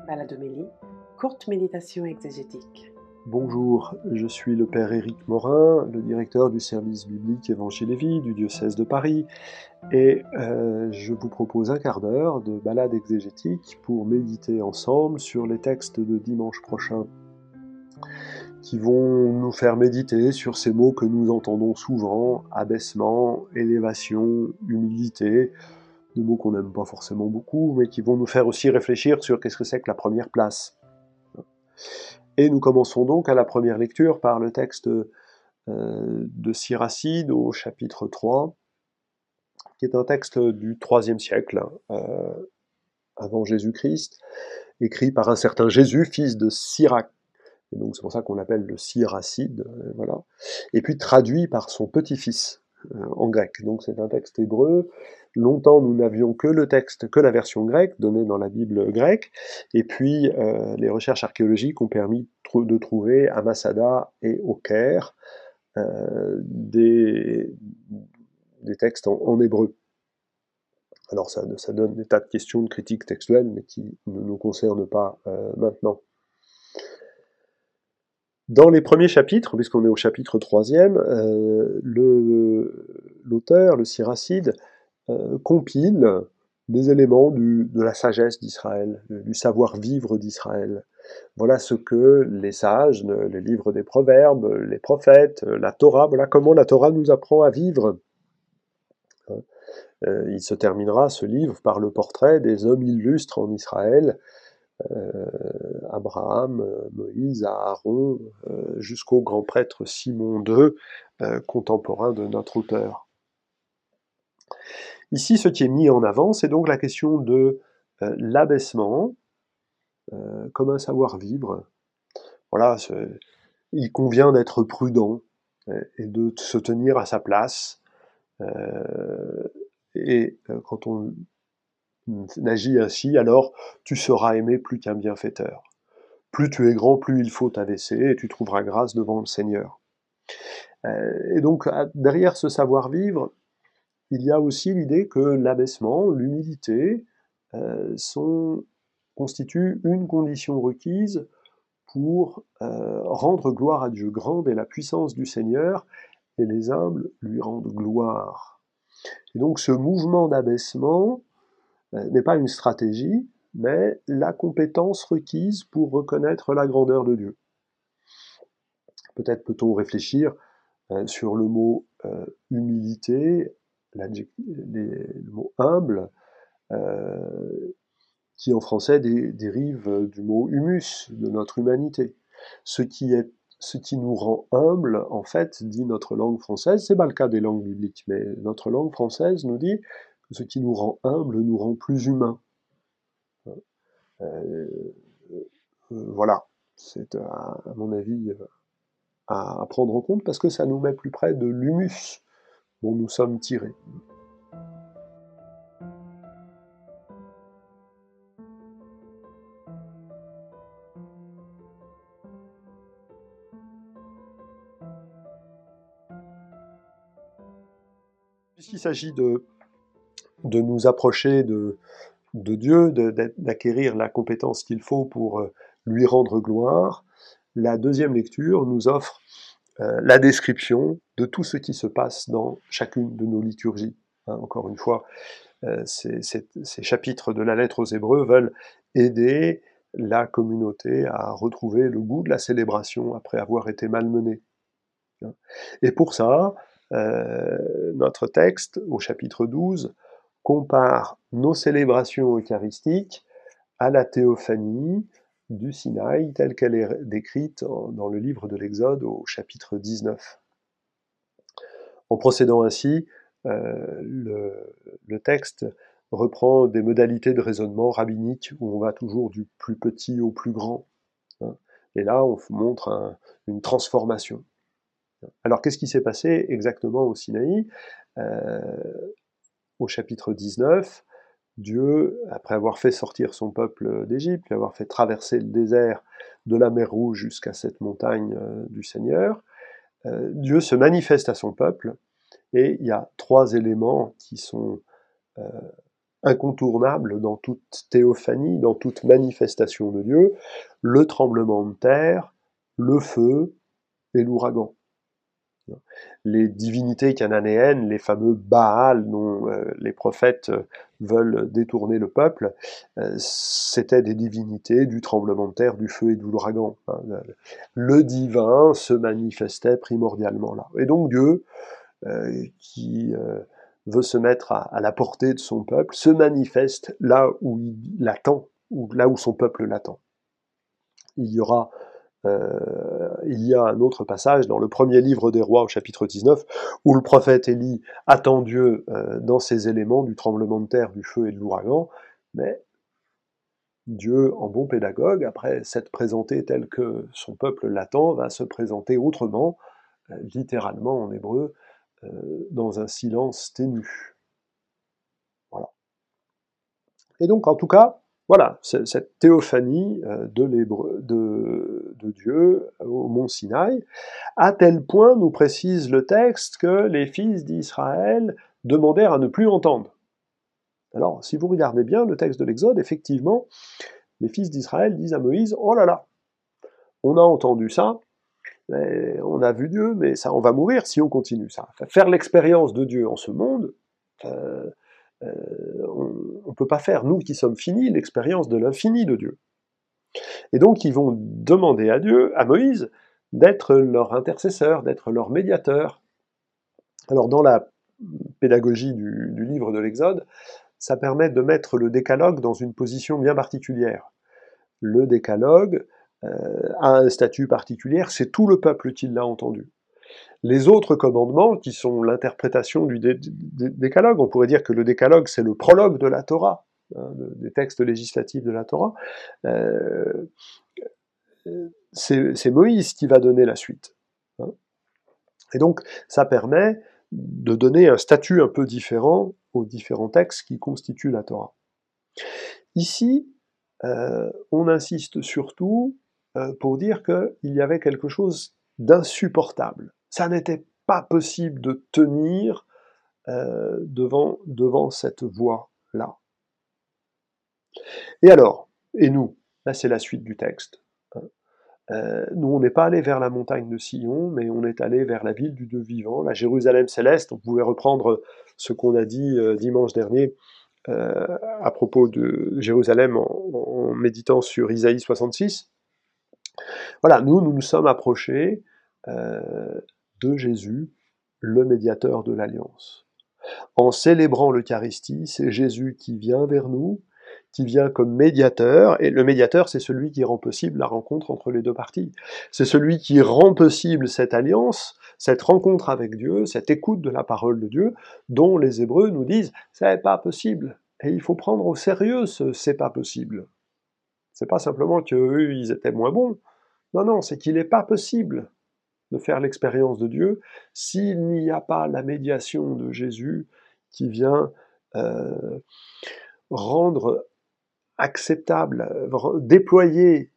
Baladomélie, courte méditation exégétique. Bonjour, je suis le Père Éric Morin, le directeur du service biblique Évangile et Vie du diocèse de Paris, et je vous propose un quart d'heure de balade exégétique pour méditer ensemble sur les textes de dimanche prochain, qui vont nous faire méditer sur ces mots que nous entendons souvent, abaissement, élévation, humilité, des mots qu'on n'aime pas forcément beaucoup, mais qui vont nous faire aussi réfléchir sur qu'est-ce que c'est que la première place. Et nous commençons donc à la première lecture par le texte de Siracide au chapitre 3, qui est un texte du IIIe siècle avant Jésus-Christ, écrit par un certain Jésus, fils de Sirac. Et donc c'est pour ça qu'on l'appelle le Siracide, voilà. Et puis traduit par son petit-fils en grec. Donc c'est un texte hébreu. Longtemps, nous n'avions que le texte, que la version grecque, donnée dans la Bible grecque. Et puis, les recherches archéologiques ont permis de trouver à Masada et au Caire des textes en hébreu. Alors ça donne des tas de questions de critique textuelle, mais qui ne nous concernent pas maintenant. Dans les premiers chapitres, puisqu'on est au chapitre 3e, l'auteur, le Siracide, compile des éléments de la sagesse d'Israël, du savoir-vivre d'Israël. Voilà ce que les sages, les livres des proverbes, les prophètes, la Torah, voilà comment la Torah nous apprend à vivre. Il se terminera, ce livre, par le portrait des hommes illustres en Israël, Abraham, Moïse, Aaron, jusqu'au grand prêtre Simon II, contemporain de notre auteur. Ici, ce qui est mis en avant, c'est donc la question de l'abaissement comme un savoir-vivre. Voilà, il convient d'être prudent et de se tenir à sa place. Et quand on agit ainsi, alors tu seras aimé plus qu'un bienfaiteur. Plus tu es grand, plus il faut t'abaisser, et tu trouveras grâce devant le Seigneur. Et donc, derrière ce savoir-vivre, il y a aussi l'idée que l'abaissement, l'humilité, constituent une condition requise pour rendre gloire à Dieu. Grande est la puissance du Seigneur, et les humbles lui rendent gloire. Et donc ce mouvement d'abaissement n'est pas une stratégie, mais la compétence requise pour reconnaître la grandeur de Dieu. Peut-être peut-on réfléchir sur le mot humilité, le mot humble, qui en français dérive du mot humus, de notre humanité. Ce qui nous rend humble, en fait, dit notre langue française, c'est pas le cas des langues bibliques, mais notre langue française nous dit que ce qui nous rend humble nous rend plus humains. Voilà, c'est à mon avis à prendre en compte parce que ça nous met plus près de l'humus dont nous sommes tirés. Puisqu'il s'agit de nous approcher de Dieu, d'acquérir la compétence qu'il faut pour lui rendre gloire, la deuxième lecture nous offre la description de tout ce qui se passe dans chacune de nos liturgies. Encore une fois, ces chapitres de la lettre aux Hébreux veulent aider la communauté à retrouver le goût de la célébration après avoir été malmenée. Et pour ça, notre texte, au chapitre 12, compare nos célébrations eucharistiques à la théophanie du Sinaï, telle qu'elle est décrite dans le livre de l'Exode au chapitre 19. En procédant ainsi, le texte reprend des modalités de raisonnement rabbinique où on va toujours du plus petit au plus grand. Et là, on montre une transformation. Alors, qu'est-ce qui s'est passé exactement au Sinaï au chapitre 19, Dieu, après avoir fait sortir son peuple d'Égypte, avoir fait traverser le désert de la mer Rouge jusqu'à cette montagne du Seigneur, Dieu se manifeste à son peuple, et il y a trois éléments qui sont incontournable dans toute théophanie, dans toute manifestation de Dieu, le tremblement de terre, le feu et l'ouragan. Les divinités cananéennes, les fameux Baal dont les prophètes veulent détourner le peuple, c'étaient des divinités du tremblement de terre, du feu et de l'ouragan. Le divin se manifestait primordialement là. Et donc Dieu, qui veut se mettre à la portée de son peuple, se manifeste là où il l'attend, ou là où son peuple l'attend. Il y a un autre passage dans le premier livre des rois au chapitre 19 où le prophète Élie attend Dieu dans ces éléments du tremblement de terre, du feu et de l'ouragan, mais Dieu, en bon pédagogue, après s'être présenté tel que son peuple l'attend, va se présenter autrement, littéralement en hébreu, dans un silence ténu. Voilà. Et donc, en tout cas, voilà, cette théophanie de Dieu au mont Sinaï, à tel point, nous précise le texte, que les fils d'Israël demandèrent à ne plus entendre. Alors, si vous regardez bien le texte de l'Exode, effectivement, les fils d'Israël disent à Moïse, « Oh là là, on a entendu ça, on a vu Dieu, mais ça, on va mourir si on continue ça. Faire l'expérience de Dieu en ce monde, on ne peut pas faire, nous qui sommes finis, l'expérience de l'infini de Dieu. » Et donc ils vont demander à Dieu, à Moïse, d'être leur intercesseur, d'être leur médiateur. Alors dans la pédagogie du livre de l'Exode, ça permet de mettre le décalogue dans une position bien particulière. Le décalogue a un statut particulier, c'est tout le peuple qui l'a entendu. Les autres commandements, qui sont l'interprétation du décalogue, on pourrait dire que le décalogue, c'est le prologue de la Torah, hein, des textes législatifs de la Torah, c'est Moïse qui va donner la suite. Hein. Et donc, ça permet de donner un statut un peu différent aux différents textes qui constituent la Torah. Ici, on insiste surtout pour dire qu'il y avait quelque chose d'insupportable. Ça n'était pas possible de tenir devant cette voix-là. Et alors, et nous, là c'est la suite du texte. Nous, on n'est pas allé vers la montagne de Sion, mais on est allé vers la ville du Dieu vivant, la Jérusalem céleste. On pouvait reprendre ce qu'on a dit dimanche dernier à propos de Jérusalem en méditant sur Isaïe 66. Voilà, nous nous sommes approchés de Jésus, le médiateur de l'Alliance. En célébrant l'Eucharistie, c'est Jésus qui vient vers nous, qui vient comme médiateur, et le médiateur, c'est celui qui rend possible la rencontre entre les deux parties. C'est celui qui rend possible cette alliance, cette rencontre avec Dieu, cette écoute de la parole de Dieu, dont les Hébreux nous disent « c'est pas possible ». Et il faut prendre au sérieux ce « c'est pas possible ». C'est pas simplement qu'eux, ils étaient moins bons. Non, non, c'est qu'il n'est pas possible de faire l'expérience de Dieu s'il n'y a pas la médiation de Jésus qui vient rendre acceptable, déployer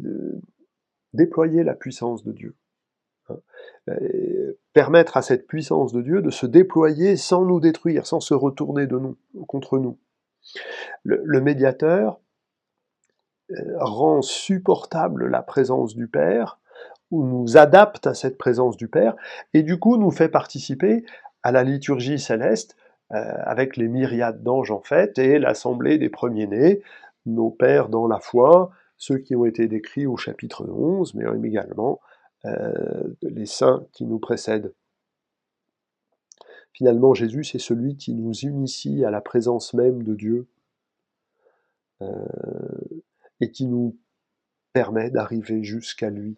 la puissance de Dieu. Hein, permettre à cette puissance de Dieu de se déployer sans nous détruire, sans se retourner contre nous. Le médiateur rend supportable la présence du Père, ou nous adapte à cette présence du Père, et du coup nous fait participer à la liturgie céleste, avec les myriades d'anges en fait, et l'assemblée des premiers-nés, nos pères dans la foi, ceux qui ont été décrits au chapitre 11, mais également les saints qui nous précèdent. Finalement, Jésus, c'est celui qui nous initie à la présence même de Dieu, et qui nous permet d'arriver jusqu'à lui.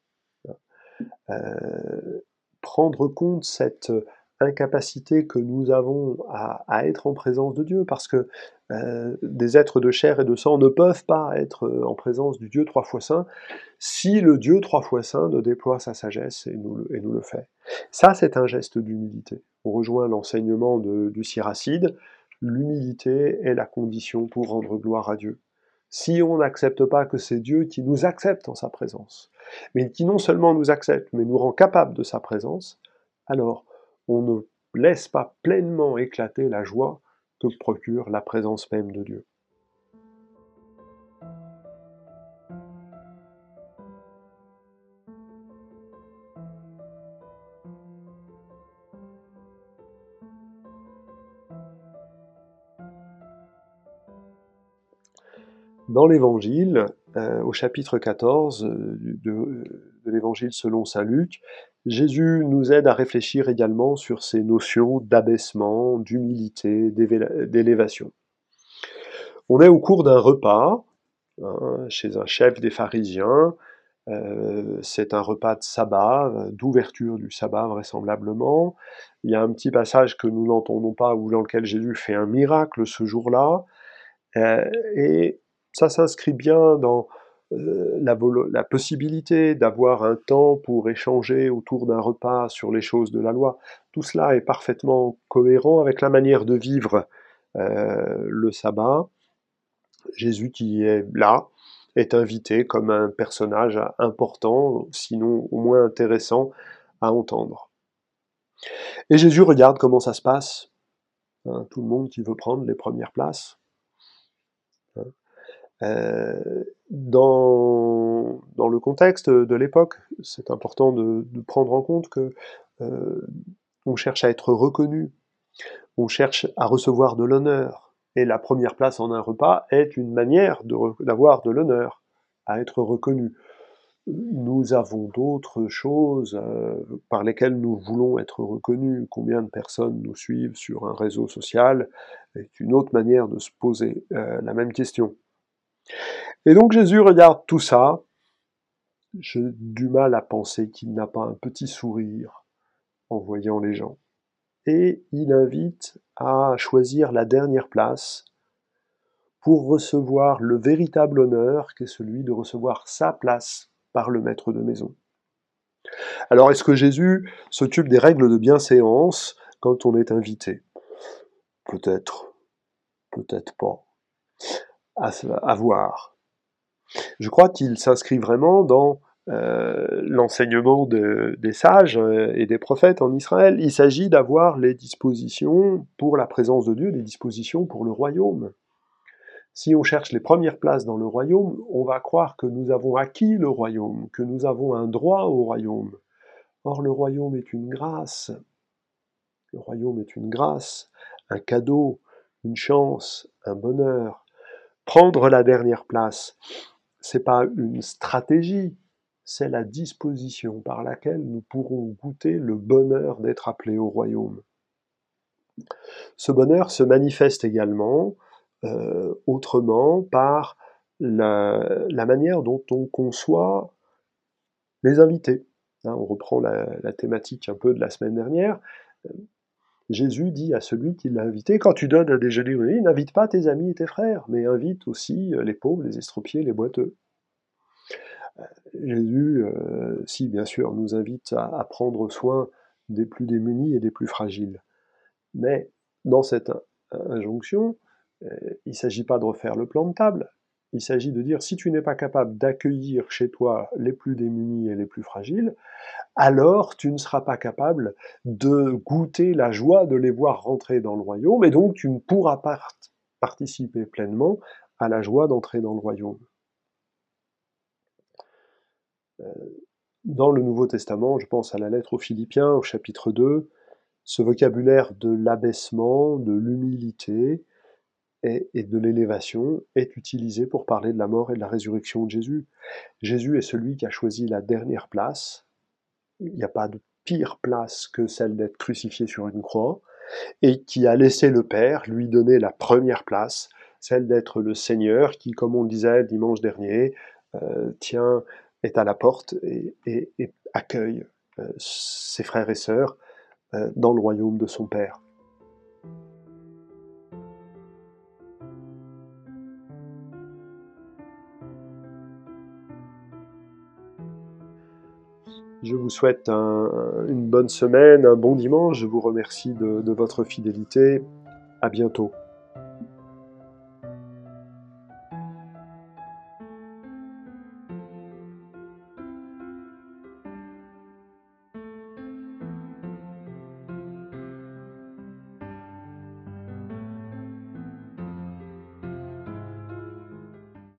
Prendre compte cette incapacité que nous avons à être en présence de Dieu, parce que des êtres de chair et de sang ne peuvent pas être en présence du Dieu trois fois saint, si le Dieu trois fois saint ne déploie sa sagesse et nous le fait. Ça, c'est un geste d'humilité. On rejoint l'enseignement du Siracide, l'humilité est la condition pour rendre gloire à Dieu. Si on n'accepte pas que c'est Dieu qui nous accepte en sa présence, mais qui non seulement nous accepte, mais nous rend capables de sa présence, alors on ne laisse pas pleinement éclater la joie que procure la présence même de Dieu. Dans l'Évangile, au chapitre 14 de l'Évangile selon saint Luc, Jésus nous aide à réfléchir également sur ces notions d'abaissement, d'humilité, d'élévation. On est au cours d'un repas, hein, chez un chef des pharisiens. C'est un repas de sabbat, d'ouverture du sabbat vraisemblablement. Il y a un petit passage que nous n'entendons pas, ou dans lequel Jésus fait un miracle ce jour-là. Et ça s'inscrit bien dans la possibilité d'avoir un temps pour échanger autour d'un repas sur les choses de la loi. Tout cela est parfaitement cohérent avec la manière de vivre le sabbat. Jésus qui est là est invité comme un personnage important, sinon au moins intéressant à entendre. Et Jésus regarde comment ça se passe. Hein, tout le monde qui veut prendre les premières places. Hein. Dans le contexte de l'époque, c'est important de prendre en compte que on cherche à être reconnu, on cherche à recevoir de l'honneur, et la première place en un repas est une manière d'avoir de l'honneur, à être reconnu. Nous avons d'autres choses par lesquelles nous voulons être reconnus. Combien de personnes nous suivent sur un réseau social est une autre manière de se poser la même question. Et donc Jésus regarde tout ça. J'ai du mal à penser qu'il n'a pas un petit sourire en voyant les gens. Et il invite à choisir la dernière place pour recevoir le véritable honneur qui est celui de recevoir sa place par le maître de maison. Alors est-ce que Jésus s'occupe des règles de bienséance quand on est invité? Peut-être, peut-être pas. À voir. Je crois qu'il s'inscrit vraiment dans l'enseignement des sages et des prophètes en Israël. Il s'agit d'avoir les dispositions pour la présence de Dieu, les dispositions pour le royaume. Si on cherche les premières places dans le royaume, on va croire que nous avons acquis le royaume, que nous avons un droit au royaume. Or, le royaume est une grâce. Le royaume est une grâce, un cadeau, une chance, un bonheur. Prendre la dernière place, c'est pas une stratégie, c'est la disposition par laquelle nous pourrons goûter le bonheur d'être appelés au royaume. Ce bonheur se manifeste également autrement par la manière dont on conçoit les invités. Hein, on reprend la thématique un peu de la semaine dernière. Jésus dit à celui qui l'a invité, quand tu donnes un déjeuner, n'invite pas tes amis et tes frères, mais invite aussi les pauvres, les estropiés, les boiteux. Jésus, si bien sûr, nous invite à prendre soin des plus démunis et des plus fragiles. Mais dans cette injonction, il ne s'agit pas de refaire le plan de table. Il s'agit de dire, si tu n'es pas capable d'accueillir chez toi les plus démunis et les plus fragiles, alors tu ne seras pas capable de goûter la joie de les voir rentrer dans le royaume, et donc tu ne pourras pas participer pleinement à la joie d'entrer dans le royaume. Dans le Nouveau Testament, je pense à la lettre aux Philippiens, au chapitre 2, ce vocabulaire de l'abaissement, de l'humilité et de l'élévation est utilisé pour parler de la mort et de la résurrection de Jésus. Jésus est celui qui a choisi la dernière place. Il n'y a pas de pire place que celle d'être crucifié sur une croix, et qui a laissé le Père lui donner la première place, celle d'être le Seigneur qui, comme on le disait dimanche dernier, est à la porte et accueille ses frères et sœurs dans le royaume de son Père. Je vous souhaite une bonne semaine, un bon dimanche. Je vous remercie de votre fidélité. À bientôt.